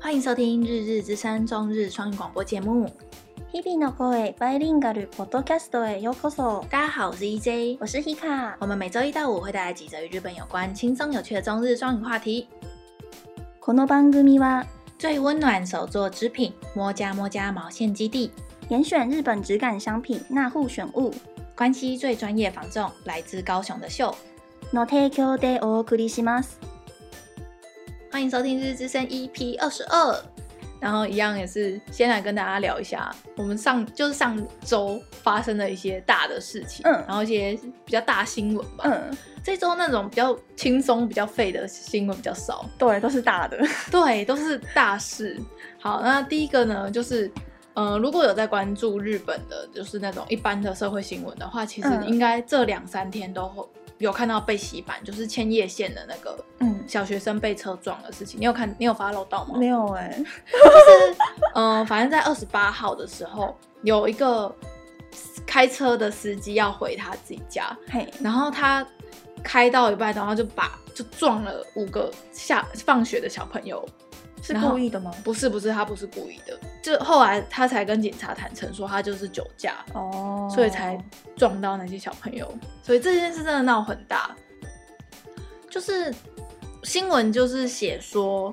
欢迎收听日日之声中日双语广播节目。 日々の声バイリンガルポッドキャストへようこそ。 大家好，我是 EJ， 我是 Hika。 我们每周一到五会带来几则与日本有关、轻松有趣的中日双语话题。 この番組は最温暖手作织品摸家摸家毛线基地， 严选日本质感商品纳户选物， 关西最专业房仲来自高雄的秀の提供でお送りします。 欢迎收听日日之声 EP22。然后一样也是先来跟大家聊一下我们上周发生的一些大的事情，然后一些比较大新闻吧。这周那种比较轻松比较废的新闻比较少， 对，都是大的， 对，都是大事。好，那第一个呢就是如果有在关注日本的就是那种一般的社会新闻的话，其实应该这2-3天都有看到被洗版，就是千叶县的那个小学生被车撞的事情。你有 follow 到吗？ 没有就是反正在28号的时候，有一个开车的司机要回他自己家，然后他开到一半，然后就撞了5个放学的小朋友。 是故意的吗？ 不是，他不是故意的，就后来他才跟警察坦诚说他就是酒驾，所以才撞到那些小朋友，所以这件事真的闹很大。就是新闻就是写说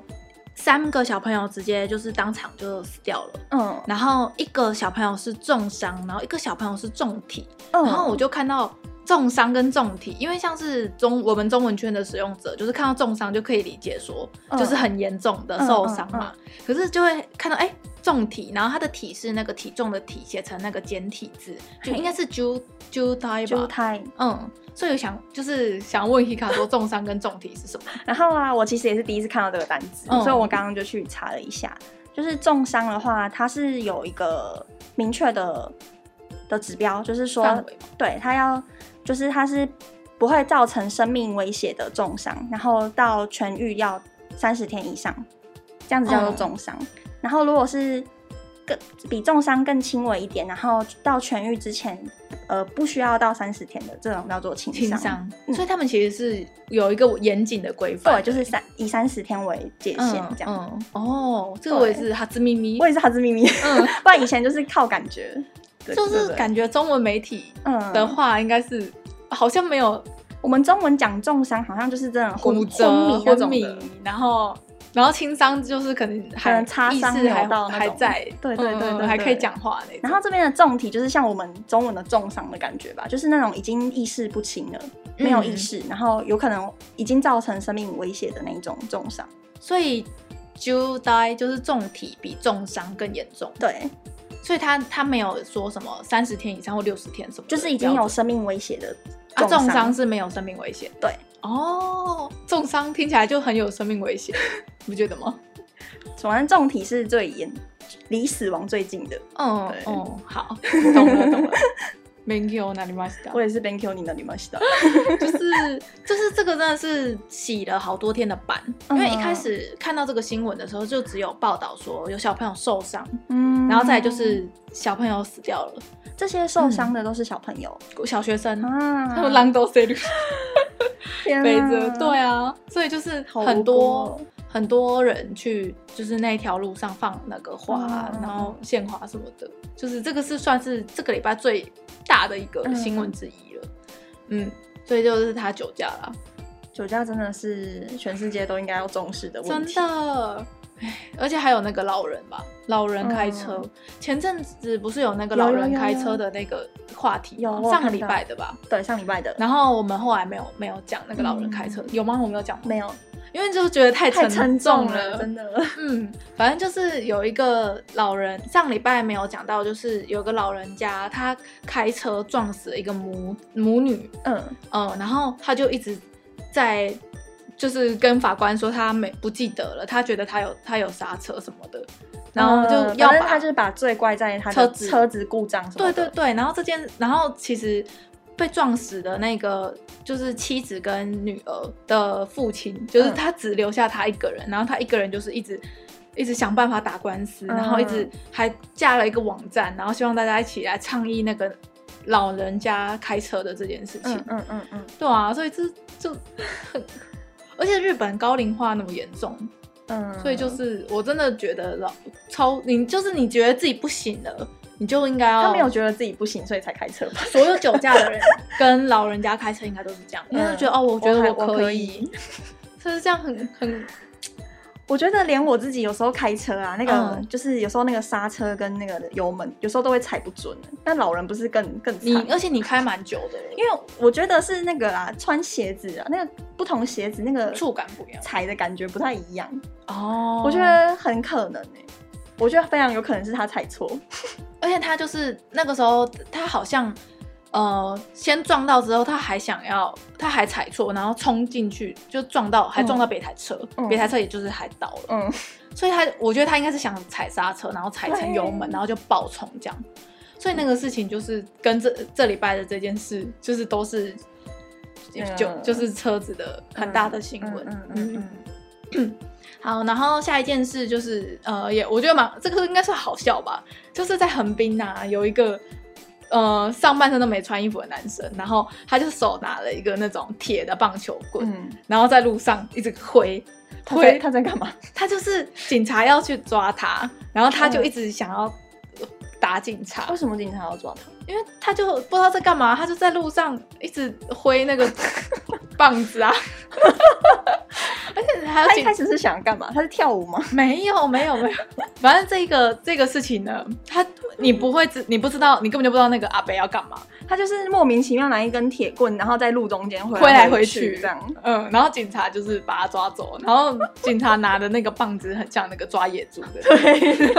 3个小朋友直接就是当场就死掉了，然后1个小朋友是重伤，然后1个小朋友是重体，然后我就看到重伤跟重体，因为像是我们中文圈的使用者，就是看到重伤就可以理解说就是很严重的受伤嘛，可是就会看到重体，然后它的体是那个体重的体写成那个简体字，就应该是纠胎吧，所以就是想问 Hika 说重伤跟重体是什么？ 然后我其实也是第一次看到这个单字，所以我刚刚就去查了一下，就是重伤的话，它是有一个明确的指标，就是说，对，它是不会造成生命威胁的重伤，然后到痊愈要30天以上，这样子叫做重伤。然后如果是比重伤更轻微一点，然后到痊愈之前，不需要到30天的这种叫做轻伤。 所以他们其实是有一个严谨的规范， 对，就是以30天为界限这样。 这个我也是哈兹咪咪， 我也是哈兹咪咪，不然以前就是靠感觉。 就是感觉中文媒体的话，应该是好像没有我们中文讲重伤，好像就是真的骨折、昏迷，然后轻伤就是可能擦伤还在，对，还可以讲话那种。 然后这边的重体就是像我们中文的重伤的感觉吧，就是那种已经意识不清了，没有意识，然后有可能已经造成生命威胁的那种重伤。 所以纠呆就是重体比重伤更严重。 对。 所以他没有说什么30天以上或60天什么的， 就是已经有生命威胁的重伤是没有生命危险。 对， 重伤听起来就很有生命危险，你不觉得吗？ 反正重体是离死亡最近的。 好，懂了。勉強なりました。 我也是勉強になりました。 就是这个真的是洗了好多天的版，因为一开始看到这个新闻的时候，就只有报道说有小朋友受伤，然后再来就是小朋友死掉了。 这些受伤的都是小朋友， 小学生他们狼都塞绿背着，对啊，所以就是很多人去就是那条路上放那个花，然后献花什么的，就是这个是算是这个礼拜最大的一个新闻之一了。所以就是他酒驾啦。 酒驾真的是全世界都应该要重视的问题， 真的。而且还有那个老人开车，前阵子不是有那个老人开车的那个话题吗？上个礼拜的吧？ 对，上礼拜的。 然后我们后来没有讲那个老人开车，有吗？我没有讲吗？ 没有， 因为就觉得太沉重了， 真的。 反正就是有一个老人，上礼拜没有讲到，就是有个老人家他开车撞死了一个母女，然后他就一直在就是跟法官说他不记得了，他觉得他有刹车什么的，然后就要他就是把罪怪在他的车子故障什么的。 对，然后其实被撞死的那个就是妻子跟女儿的父亲，就是他只留下他一个人，然后他一个人就是一直想办法打官司，然后一直还架了一个网站，然后希望大家一起来倡议那个老人家开车的这件事情。对啊，所以这就很，而且日本高龄化那么严重， 所以就是我真的觉得你就是你觉得自己不行了，你就应该要。 他没有觉得自己不行，所以才开车吧？ 所有酒驾的人跟老人家开车应该都是这样，因为觉得我觉得我可以，就是这样很。 我觉得连我自己有时候开车啊，那个就是有时候那个刹车跟那个油门，有时候都会踩不准。但老人不是更惨？ 而且你开蛮久的， 因为我觉得是那个啦，穿鞋子啊，那个不同鞋子那个触感不一样， 踩的感觉不太一样。我觉得很可能我觉得非常有可能是他踩错， 而且他就是那个时候他好像。先撞到之后，他还踩错，然后冲进去就还撞到别台车，别台车也就是还倒了，所以我觉得他应该是想踩刹车，然后踩成油门，然后就爆冲这样，所以那个事情就是跟这礼拜的这件事，就是都是就是车子的很大的新闻，好，然后下一件事就是我觉得这个应该是好笑吧，就是在横滨啊有一个。上半身都没穿衣服的男生，然后他就手拿了一个那种铁的棒球棍，然后在路上一直挥。 他在干嘛？ 他就是警察要去抓他，然后他就一直想要打警察。 为什么警察要抓他？ 因为他就不知道在干嘛，他就在路上一直挥那个棒子啊。而且他一开始是想干嘛？他是跳舞吗？ 没有，反正这个事情呢，你不知道，你根本就不知道那个阿伯要干嘛。 他就是莫名其妙拿一根铁棍，然后在路中间挥来挥去这样。 然后警察就是把他抓走，然后警察拿的那个棒子很像那个抓野猪的。 对。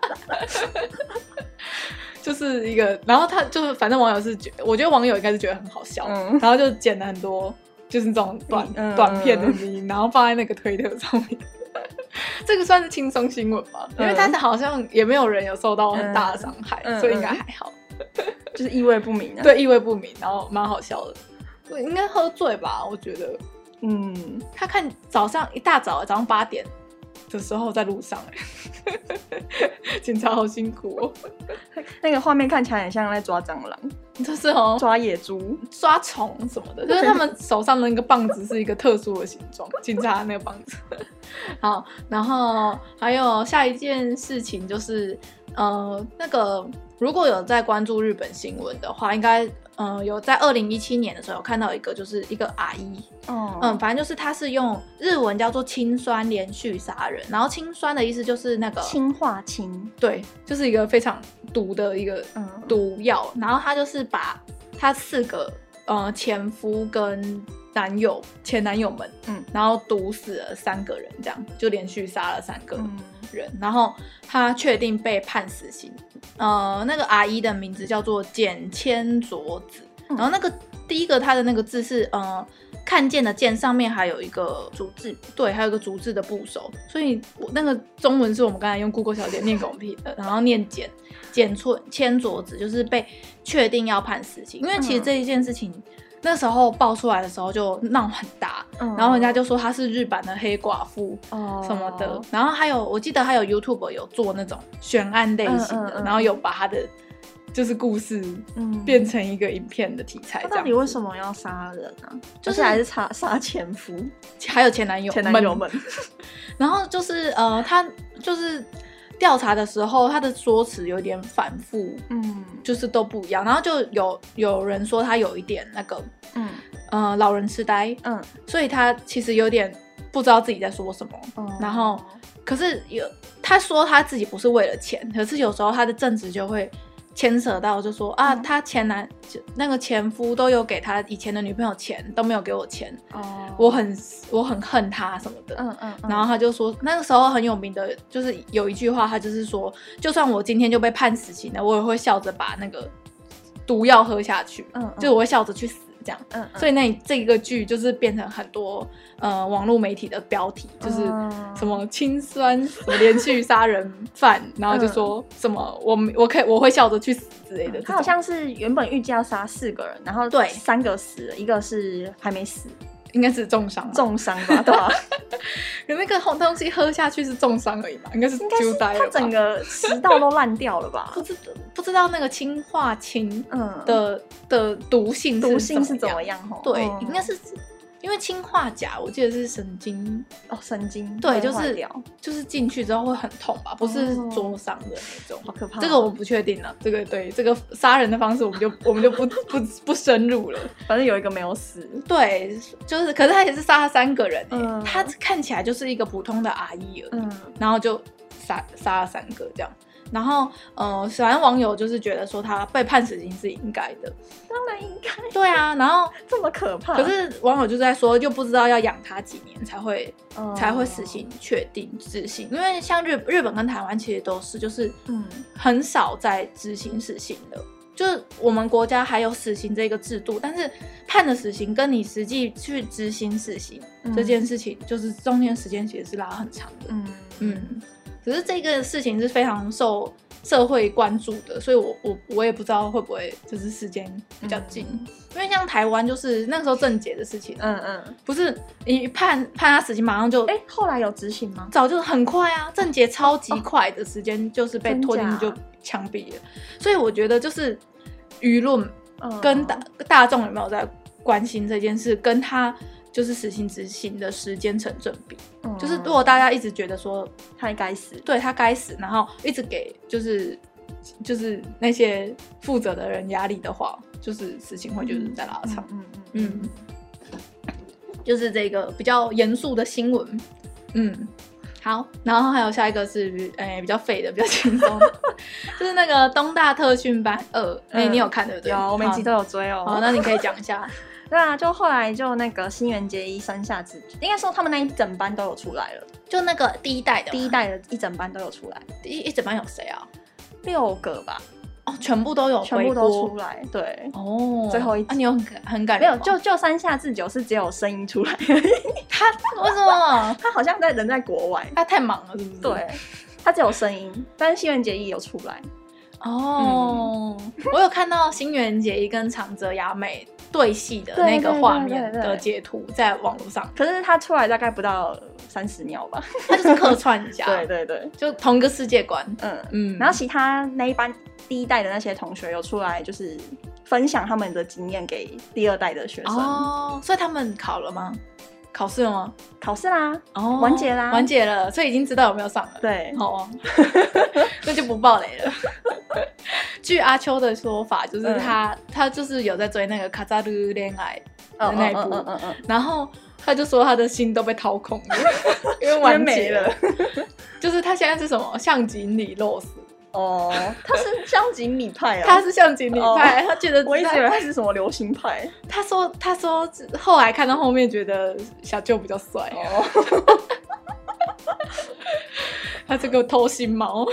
就是一个，然后他就是反正网友我觉得网友应该是觉得很好笑，然后就剪了很多就是这种短片的音，然后放在那个推特上面。这个算是轻松新闻吧，因为他好像也没有人有受到很大的伤害，所以应该还好。 就是意味不明啊。 对，意味不明，然后蛮好笑的。应该喝醉吧，我觉得。他看一大早早上8点的时候在路上警察好辛苦哦。 那个画面看起来很像在抓蟑螂， 就是抓野猪、 抓虫什么的，就是他们手上的那个棒子是一个特殊的形状，警察那个棒子。好，然后还有下一件事情就是那个如果有在关注日本新闻的话，应该有在2017年的时候有看到一个，就是一个阿姨，反正就是他是用日文叫做氢酸连续杀人，然后氢酸的意思就是那个氢化氢， 对，就是一个非常毒的一个毒药，然后他就是把他4个前夫跟前男友们，然后毒死了3个人，这样就连续杀了3个人，然后他确定被判死刑。那个阿姨的名字叫做简千佐子，然后那个第一个他的那个字是看见的见上面还有一个竹字， 对，还有一个竹字的部首，所以那个中文是我们刚才用 Google 小姐念给我们听的，然后念简千佐子就是被确定要判死刑，因为其实这一件事情。那时候爆出来的时候就闹很大，然后人家就说她是日版的黑寡妇什么的，然后我记得还有 YouTube 有做那种悬案类型的，然后有把她的就是故事变成一个影片的题材。 到底为什么要杀人啊？就是还是杀前夫， 还有前男友们。然后就是他就是调查的时候，他的说辞有点反复，就是都不一样。然后就有人说他有一点那个，老人痴呆，所以他其实有点不知道自己在说什么。然后，可是他说他自己不是为了钱，可是有时候他的正直就会牵扯到，就说啊，他那个前夫都有给他以前的女朋友钱，都没有给我钱，我很恨他什么的，然后他就说那个时候很有名的，就是有一句话，他就是说，就算我今天就被判死刑了，我也会笑着把那个毒药喝下去，就是我会笑着去死。这样，所以这个剧就是变成很多网络媒体的标题，就是什么氢酸什么连续杀人犯，然后就说什么我会笑着去死之类的。 他好像是原本预计要杀4个人，然后对3个死了，1个是还没死。 应该是重伤吧，对吧？ 可那个红东西喝下去是重伤而已吧？应该是揪呆了吧？ 它整个食道都烂掉了吧？ 不知道那个氢化氢的毒性是怎么样？对，应该是因为氰化钾我记得是神经神经对，就是进去之后会很痛吧，不是灼伤的那种， 好可怕。 这个我不确定了，这个对这个杀人的方式我们就不深入了。反正有一个没有死， 对，就是可是他也是杀了3个人他看起来就是一个普通的阿姨而已，然后就杀了3个这样。然后反正网友就是觉得说他被判死刑是应该的， 当然应该。 对啊，然后这么可怕， 可是网友就在说，就不知道要养他几年才会死刑确定执行，因为像日本跟台湾其实都是就是很少在执行死刑的。就是我们国家还有死刑这个制度，但是判的死刑跟你实际去执行死刑这件事情，就是中间时间其实是拉很长的。可是这个事情是非常受社会关注的，所以我也不知道会不会就是时间比较近，因为像台湾就是那个时候郑捷的事情，不是一判他死刑马上就， 后来有执行吗？ 早就很快啊，郑捷超级快的时间就是被拖进去就枪毙了，所以我觉得就是舆论跟大众有没有在关心这件事，跟他就是死刑执行的时间成正比。就是如果大家一直觉得说他该死， 对，他该死，然后一直给就是那些负责的人压力的话，就是事情会就是在拉长。就是这个比较严肃的新闻。好，然后还有下一个是比较废的，比较轻松的就是那个东大特训班2，你有看对不对？ 有，我每集都有追哦。 好，那你可以讲一下。 对啊，就后来就那个新垣结衣山下智久，应该说他们那一整班都有出来了， 就那个第一代的一整班都有出来。 一整班有谁啊 ？6个吧。 全部都有全部都出来。对。最后一集你有很感人吗？ 没有，就山下智久是只有声音出来而已。 他为什么？ 他好像人在国外， 他太忙了是不是？ 对，他只有声音，但是新垣结衣有出来。 我有看到新垣结衣跟长泽雅美对戏的那个画面的截图在网络上， 可是他出来大概不到30秒吧， 他就是客串一下。 对， 就同一个世界观。 然后其他那一班第一代的那些同学有出来，就是分享他们的经验给第2代的学生。 所以他们考了吗？考试了吗？ 考试啦，完结啦， 完结了，所以已经知道有没有上了。 对， 好那就不爆雷了。据阿秋的说法，就是他就是有在追那个《卡扎鲁恋爱》的那一部，然后他就说他的心都被掏空了，因为完结了。就是他现在是什么向井理 Rose。 他是向井理派啊， 他是向井理派，他觉得我一直以为他是什么流行派。 他说后来看到后面觉得小舅比较帅。他这个偷心毛。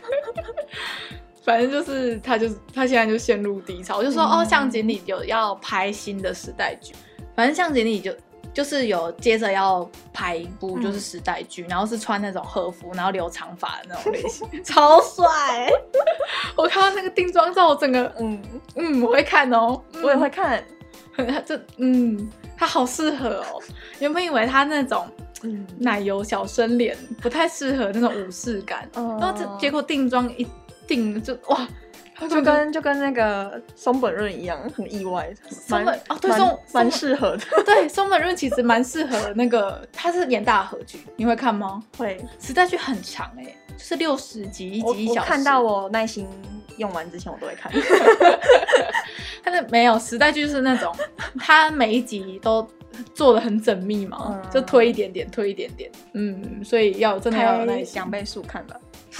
反正就是他现在就陷入低潮，我就说向井理有要拍新的时代剧，反正向井理就是有接着要拍一部就是时代剧，然后是穿那种和服，然后留长发的那种类型，超帅。我看到那个定妆照，我整个我会看哦， 我也会看。 他好适合哦。原本以为他那种奶油小生脸不太适合那种武士感，然后结果定妆一定就哇。 就跟那个松本润一样，很意外，蛮适合的。 对，松本润其实蛮适合那个，他是演大河剧，你会看吗？ 会， 时代剧很长就是60集，一集1小时。 我看到我耐心用完之前，我都会看。 但是没有时代剧是那种，他每一集都做得很缜密嘛，就推一点点，所以真的要有耐心。 2倍速看吧。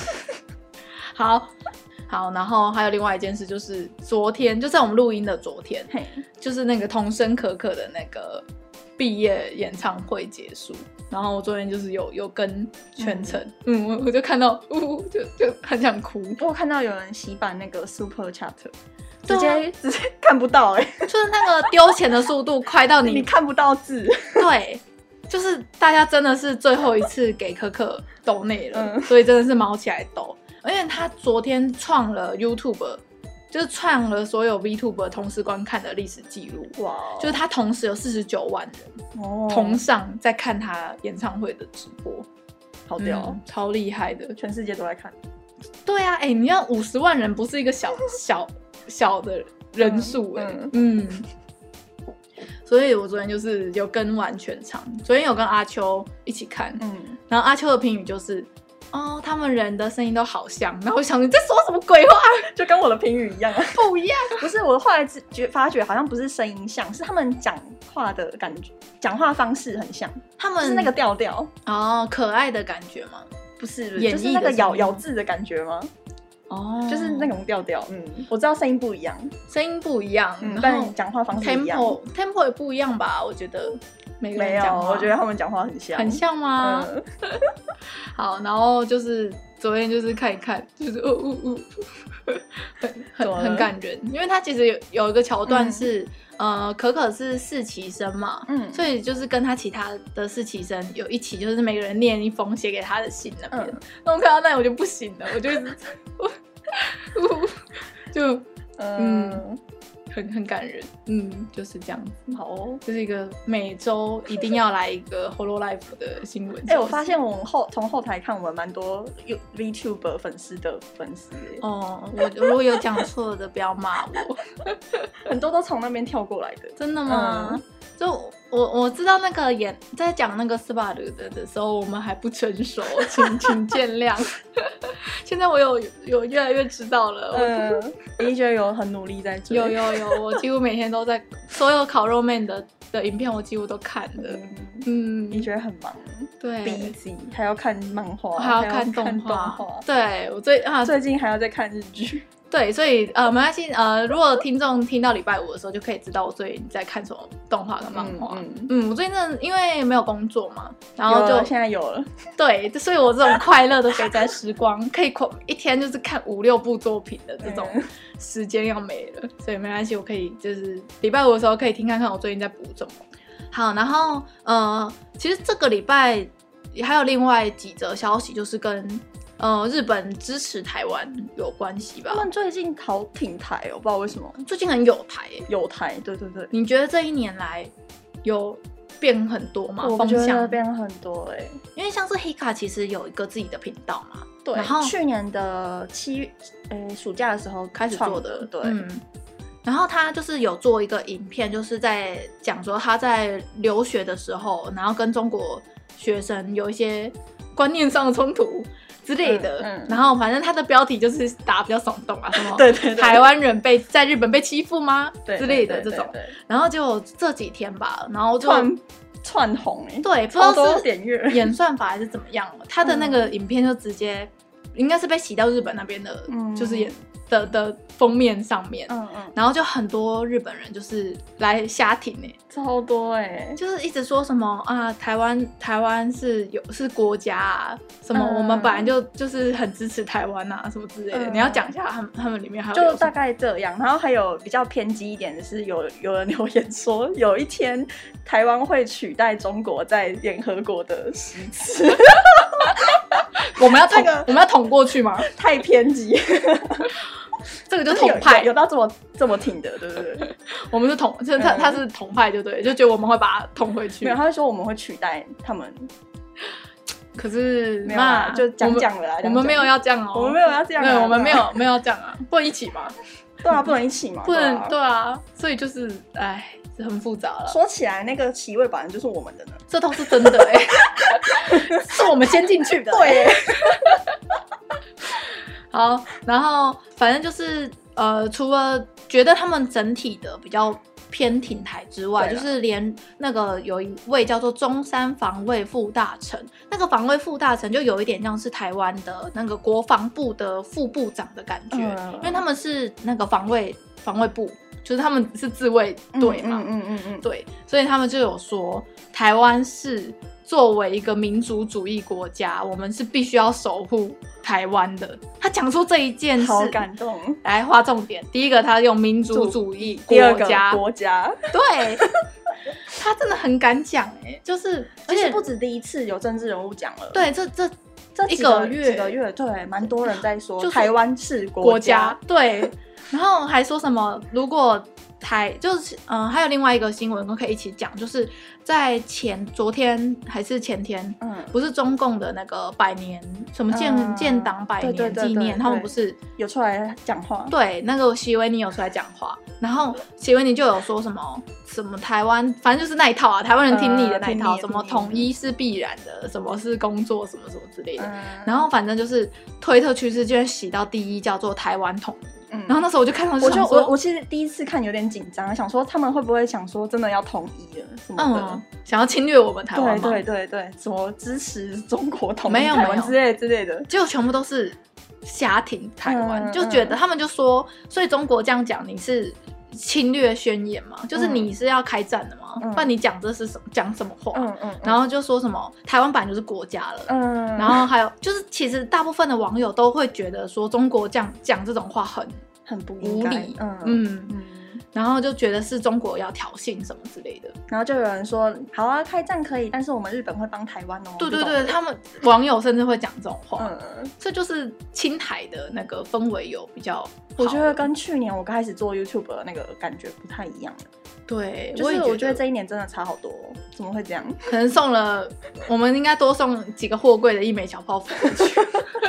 好，然后还有另外一件事，就是昨天就在我们录音的昨天，就是那个桐生可可的那个毕业演唱会结束，然后我昨天就是有跟全程，我就看到，就很想哭。 我看到有人洗版那个 Super Chat， 直接看不到就是那个丢钱的速度快到你看不到字。 对，就是大家真的是最后一次给可可抖内了，所以真的是毛起来抖。因为他昨天创了 YouTube， 就是创了所有 VTuber 同时观看的历史记录。哇！就是他同时有49万人同上在看他演唱会的直播， 好屌， 超厉害的， 全世界都在看。 对啊，你要50万人不是一个小的人数所以我昨天就是有跟完全场，昨天有跟阿秋一起看，然后阿秋的评语就是哦，他们人的声音都好像，然后我想你在说什么鬼话， 就跟我的评语一样， 不一样。 不是，我后来发觉好像不是声音像，是他们讲话的感觉，讲话方式很像， 他们是那个调调哦，可爱的感觉吗？ 不是， 演就是那个咬字的感觉吗？ 哦， 就是那种调调，我知道声音不一样，但讲话方式一样 tempo 也不一样吧？我觉得每个人讲话， 我觉得他们讲话很像， 很像吗？好，然后就是昨天就是看一看，就是很感人，因为他其实有一个桥段是。可可是四期生嘛，所以就是跟他其他的四期生有一起，就是每个人念一封写给他的信那边。那我看到那我就不行了，我就一直就很感人，就是这样子。 好哦， 这是一个每周一定要来一个 Hololive 的新闻。 我发现我们从后台看，我们蛮多 VTuber 粉丝的粉丝。 哦，我如果有讲错的，不要骂我。 很多都从那边跳过来的。 真的吗？就我知道那个在讲那个斯巴鲁的时候，我们还不成熟，请见谅。现在我有越来越知道了。 你觉得有很努力在追？ 有，我几乎每天都在所有烤肉妹的影片，我几乎都看了。 你觉得很忙？ 对 ，busy 还要看漫画， 还要看动画。对，我最近还要在看日剧。 对，所以没关系，如果听众听到礼拜五的时候，就可以知道我最近在看什么动画跟漫画。我最近真的因为没有工作嘛，然后就现在有了。 对，所以我这种快乐的肥宅时光，可以一天就是看5-6部作品的这种时间要没了，所以没关系，我可以就是礼拜五的时候可以听看看我最近在补什么。好，然后其实这个礼拜还有另外几则消息，就是跟日本支持台湾有关系吧？ 他们最近好挺台我不知道为什么， 最近很有台有台，对。 你觉得这一年来有变很多吗？ 我觉得变很多因为像是 Hika 其实有一个自己的频道嘛， 对， 然后去年的暑假的时候开始做的， 对。 然后他就是有做一个影片，就是在讲说他在留学的时候，然后跟中国学生有一些观念上的冲突之类的，然后反正他的标题就是打比较耸动啊，什么对台湾人在日本被欺负吗之类的这种，然后就这几天吧，然后就窜红对，不知道是演算法还是怎么样了，他的那个影片就直接应该是被洗到日本那边的，就是的封面上面，然后就很多日本人就是来瞎挺超多就是一直说什么啊，台湾是国家啊，什么我们本来就是很支持台湾啊，什么之类的。你要讲一下他们里面还有就大概这样，然后还有比较偏激一点的是有人留言说，有一天台湾会取代中国在联合国的席次。 我们要捅过去吗？ 太偏激。 这个就统派， 有到这么挺的，对不对？ 我们是统，他是统派，就对，就觉得我们会把它捅回去。 没有，他会说我们会取代他们。 可是没有啊，就讲了啦。 我们没有要这样哦， 我们没有要这样， 对，我们没有要这样啊，不能一起吗？ 对啊，不能一起嘛， 不能，对啊，所以就是很复杂了。 说起来，那个席位本来就是我们的呢， 这倒是真的是我们先进去的。 对。 好，然后反正就是除了觉得他们整体的比较偏挺台之外，就是连那个有一位叫做中山防卫副大臣，那个防卫副大臣就有一点像是台湾的那个国防部的副部长的感觉，因为他们是那个防卫部，就是他们是自卫队嘛，对，所以他们就有说台湾是作为一个民族主义国家，我们是必须要守护台湾的。他讲出这一件事， 好感动。 来划重点，第一个他用民族主义国家， 第二个国家， 对，他真的很敢讲就是而且不止第一次有政治人物讲了， 对，这几个月，对，蛮多人在说台湾是国家， 对，然后还说什么如果还有另外一个新闻可以一起讲，就是在昨天还是前天，不是中共的那个100年什么建党100年纪念，他们不是有出来讲话？ 对，那个习维尼有出来讲话，然后习维尼就有说什么台湾，反正就是那一套啊，台湾人听你的那一套，什么统一是必然的，什么是工作，什么什么之类的，然后反正就是推特趋势就会洗到第一，叫做台湾统一。然后那时候我就看到， 我其实第一次看有点紧张，想说他们会不会想说真的要统一了什么的， 想要侵略我们台湾吗？ 对，什么支持中国统一台湾之类的， 结果全部都是瞎挺台湾，就觉得他们就说，所以中国这样讲你是侵略宣言嘛，就是你是要开战的嘛，不然你讲这是讲什么话？然后就说什么台湾本来就是国家了，然后还有就是其实大部分的网友都会觉得说中国讲这种话很不无理，然后就觉得是中国要挑衅什么之类的， 然后就有人说好啊，开战可以，但是我们日本会帮台湾哦。 对，他们网友甚至会讲这种话，这就是亲台的那个氛围有比较好。 我觉得跟去年我开始做 YouTube 的那个感觉不太一样了。 对， 就是我觉得这一年真的差好多，怎么会这样？ 可能送了，我们应该多送几个货柜的一枚小泡芙过去，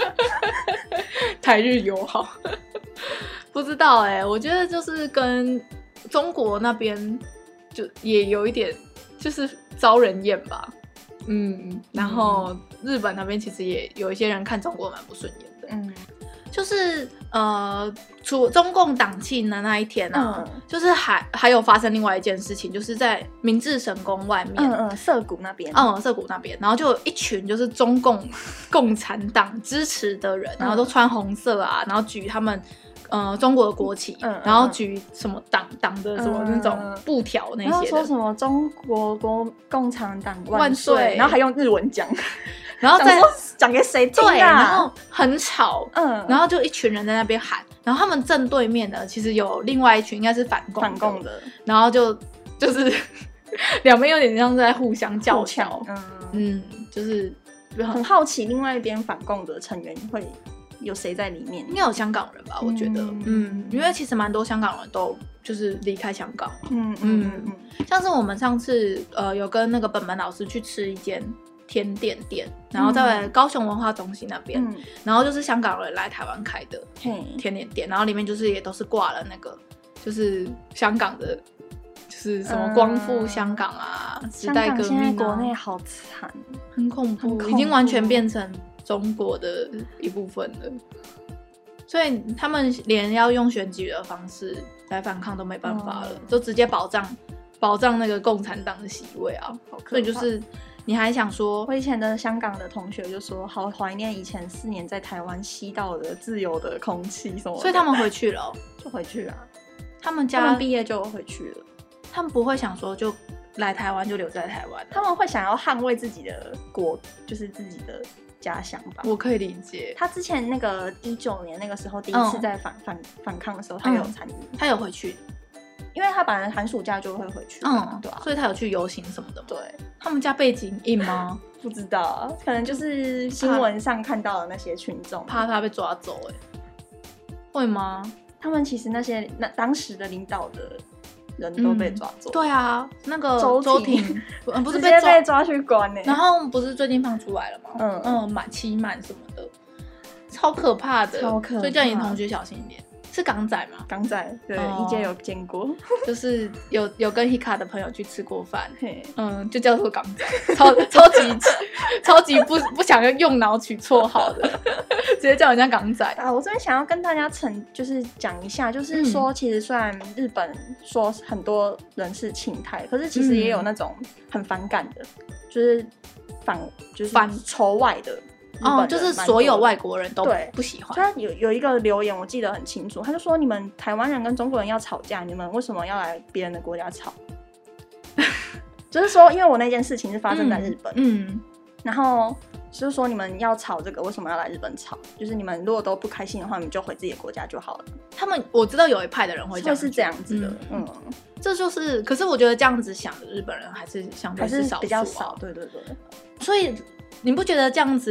台日友好。不知道我觉得就是跟中国那边就也有一点就是招人厌吧，然后日本那边其实也有一些人看中国蛮不顺眼的，就是除中共党庆的那一天啊，就是还有发生另外一件事情，就是在明治神宫外面， 涩谷那边， 然后就有一群就是中共共产党支持的人，然后都穿红色啊，然后举他们中国的国旗，然后举什么党的什么那种布条那些的， 然后说什么中国共产党万岁，然后还用日文讲。然后再讲给谁听啊？ 对，然后很吵，然后就一群人在那边喊，然后他们正对面呢，其实有另外一群应该是反共的，然后就是两边有点像在互相叫嚣，就是很好奇另外一边反共的成员会有谁在里面？ 应该有香港人吧？我觉得，因为其实蛮多香港人都就是离开香港，像是我们上次有跟那个本老师去吃一间甜点店，然后在高雄文化中心那边，然后就是香港人来台湾开的甜点店，然后里面就是也都是挂了那个就是香港的，就是什么光复香港啊，时代革命啊， 香港现在国内好惨， 很恐怖，已经完全变成中国的一部分了，所以他们连要用选举的方式来反抗都没办法了，就直接保障那个共产党的席位啊，所以就是你还想说， 我以前的香港的同学就说好怀念以前4年在台湾吸到的自由的空气什么的， 所以他们回去了就回去了， 他们毕业就回去了， 他们不会想说就来台湾就留在台湾， 他们会想要捍卫自己的国，就是自己的家乡吧。 我可以理解。 他之前那个19年那个时候第一次在反抗的时候，他有参与， 他有回去， 因为他本来寒暑假就会回去，对啊， 所以他有去游行什么的。 对， 他们家背景硬吗？ 不知道，可能就是新闻上看到的那些群众， 怕他被抓走，会吗？ 他们其实当时的领导的人都被抓走， 对啊，那个周庭不是被抓去关然后不是最近放出来了吗？欺瞒什么的，超可怕的，所以叫你同学小心一点。是港仔吗？ 港仔，对，一届有见过， 就是有跟 Hika 的朋友去吃过饭，就叫做港仔，超级不想用脑取绰号的，直接叫人家港仔啊！我这边想要跟大家就是讲一下，就是说，其实虽然日本说很多人是亲台，可是其实也有那种很反感的，就是反仇外的。 就是所有外国人都不喜欢。 他有一个留言我记得很清楚，他就说你们台湾人跟中国人要吵架，你们为什么要来别人的国家吵？就是说，因为我那件事情是发生在日本，然后就是说你们要吵这个，为什么要来日本吵？就是你们如果都不开心的话，你们就回自己的国家就好了。 我知道有一派的人会是这样子的， 这就是，可是我觉得这样子想的日本人还是相对是少数， 比较少，对。 所以你不觉得这样子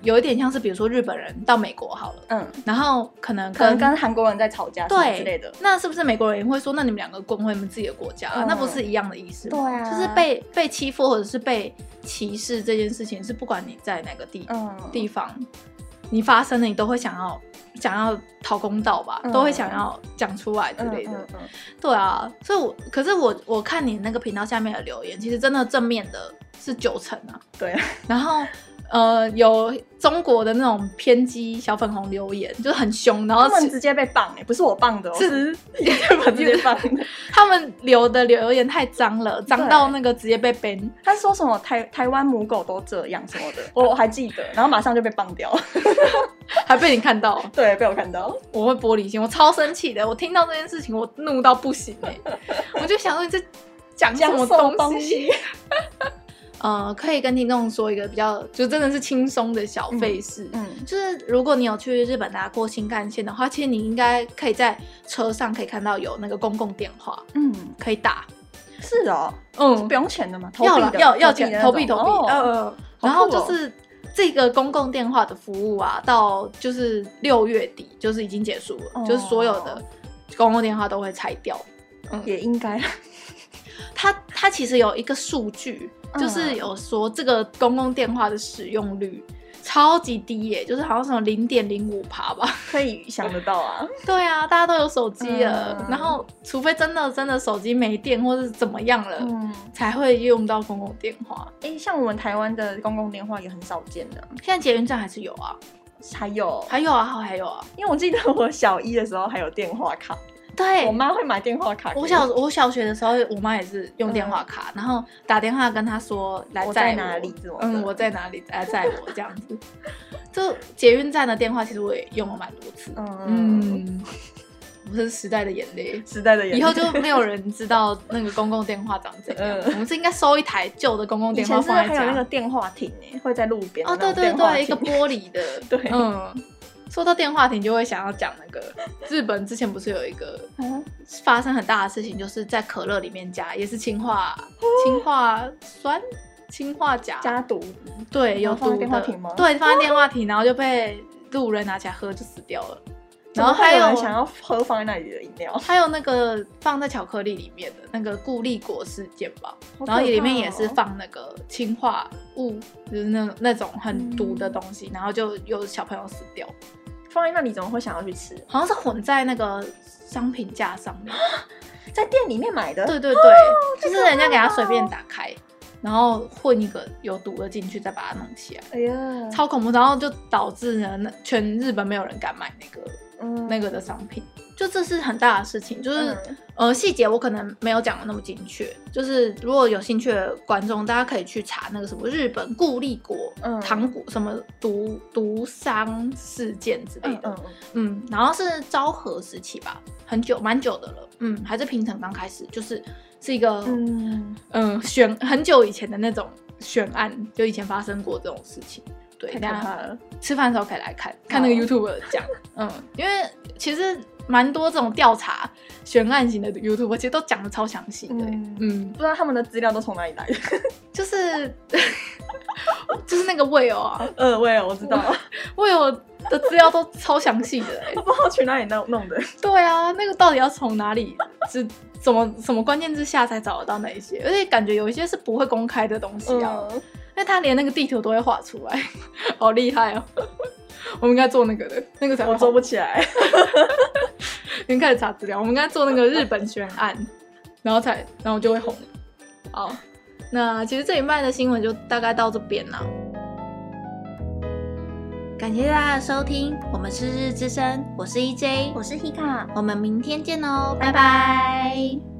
有一点像是比如说日本人到美国好了，然后可能跟韩国人在吵架什么之类的， 那是不是美国人也会说那你们两个滚回你们自己的国家，那不是一样的意思吗？ 对啊， 就是被欺负或者是被歧视这件事情，是不管你在哪个地方你发生的，你都会想要讨公道吧，都会想要讲出来之类的。对啊，所以可是我看你那个频道下面的留言，其实真的正面的是90%啊。 对啊， 然后有中国的那种偏激小粉红留言，就很凶，然后他们直接被绑不是我绑的哦， 是直接绑的。 他们留的留言太脏了，脏到那个直接被 ban。 他说什么台湾母狗都这样什么的，我还记得，然后马上就被绑掉了。 还被你看到？ 对，被我看到。 我会玻璃心，我超生气的。我听到这件事情，我怒到不行我就想说你在讲什么东西？可以跟听众说一个比较就真的是轻松的小费事，就是如果你有去日本搭过新干线的话，其实你应该可以在车上可以看到有那个公共电话，可以打。 是哦，是不用钱的吗？ 要钱，投币。然后就是这个公共电话的服务啊，到就是6月底就是已经结束了，就是所有的公共电话都会拆掉。 也应该。 它其实有一个数据，就是有说这个公共电话的使用率超级低耶，就是好像什么0.05%吧， 可以想得到啊。 对啊，大家都有手机了，然后除非真的手机没电或是怎么样了，才会用到公共电话。 像我们台湾的公共电话也很少见的， 现在捷运站还是有啊， 还有啊， 因为我记得我小1的时候还有电话卡。 对， 我妈会买电话卡。 我小学的时候，我妈也是用电话卡，然后打电话跟她说来载我在哪里， 我在哪里来载我这样子。就捷运站的电话，其实我也用了蛮多次。我是时代的眼泪，以后就没有人知道那个公共电话长怎样。我们是应该收一台旧的公共电话放在家。 以前是还有那个电话亭会在路边。 哦，对对对，一个玻璃的。对，说到电话亭，就会想要讲那个日本之前不是有一个发生很大的事情，就是在可乐里面加也是氢化酸、氢化钾加毒， 对，有毒的。 放在电话亭吗？ 对，放在电话亭，然后就被路人拿起来喝就死掉了。然后还有人想要喝放在那里的饮料， 还有那个放在巧克力里面的那个固力果事件吧，然后里面也是放那个氢化物，就是那种很毒的东西，然后就有小朋友死掉。 放在那里怎么会想要去吃？ 好像是混在那个商品架上面， 在店里面买的。 对对对，就是人家给他随便打开，然后混一个有毒的进去，再把它弄起来。哎呀，超恐怖！然后就导致呢，全日本没有人敢买那个的商品，就这是很大的事情。就是细节我可能没有讲的那么精确，就是如果有兴趣的观众，大家可以去查那个什么日本固力果糖果什么毒伤事件之类的。然后是昭和时期吧，蛮久的了。还是平成刚开始，是一个很久以前的那种悬案，就以前发生过这种事情。对， 太可怕了。吃饭的时候可以来看那个 YouTuber 讲，因为其实蛮多这种调查悬案型的 YouTuber 其实都讲的超详细的。 不知道他们的资料都从哪里来的， 就是那个Will啊 ，Will 我知道 ，Will的资料都超详细的， 我不知道去哪里弄的。 对啊，那个到底要从哪里是什么关键字下才找得到那一些？而且感觉有一些是不会公开的东西啊。因为他连那个地图都会画出来，好厉害哦！我们应该做那个的，那个才我做不起来。 先开始查资料，我们应该做那个日本悬案，然后就会红。好，那其实这礼拜的新闻就大概到这边啦。感谢大家的收听，我们是日之声，我是 EJ， 我是 Hika， 我们明天见哦，拜拜。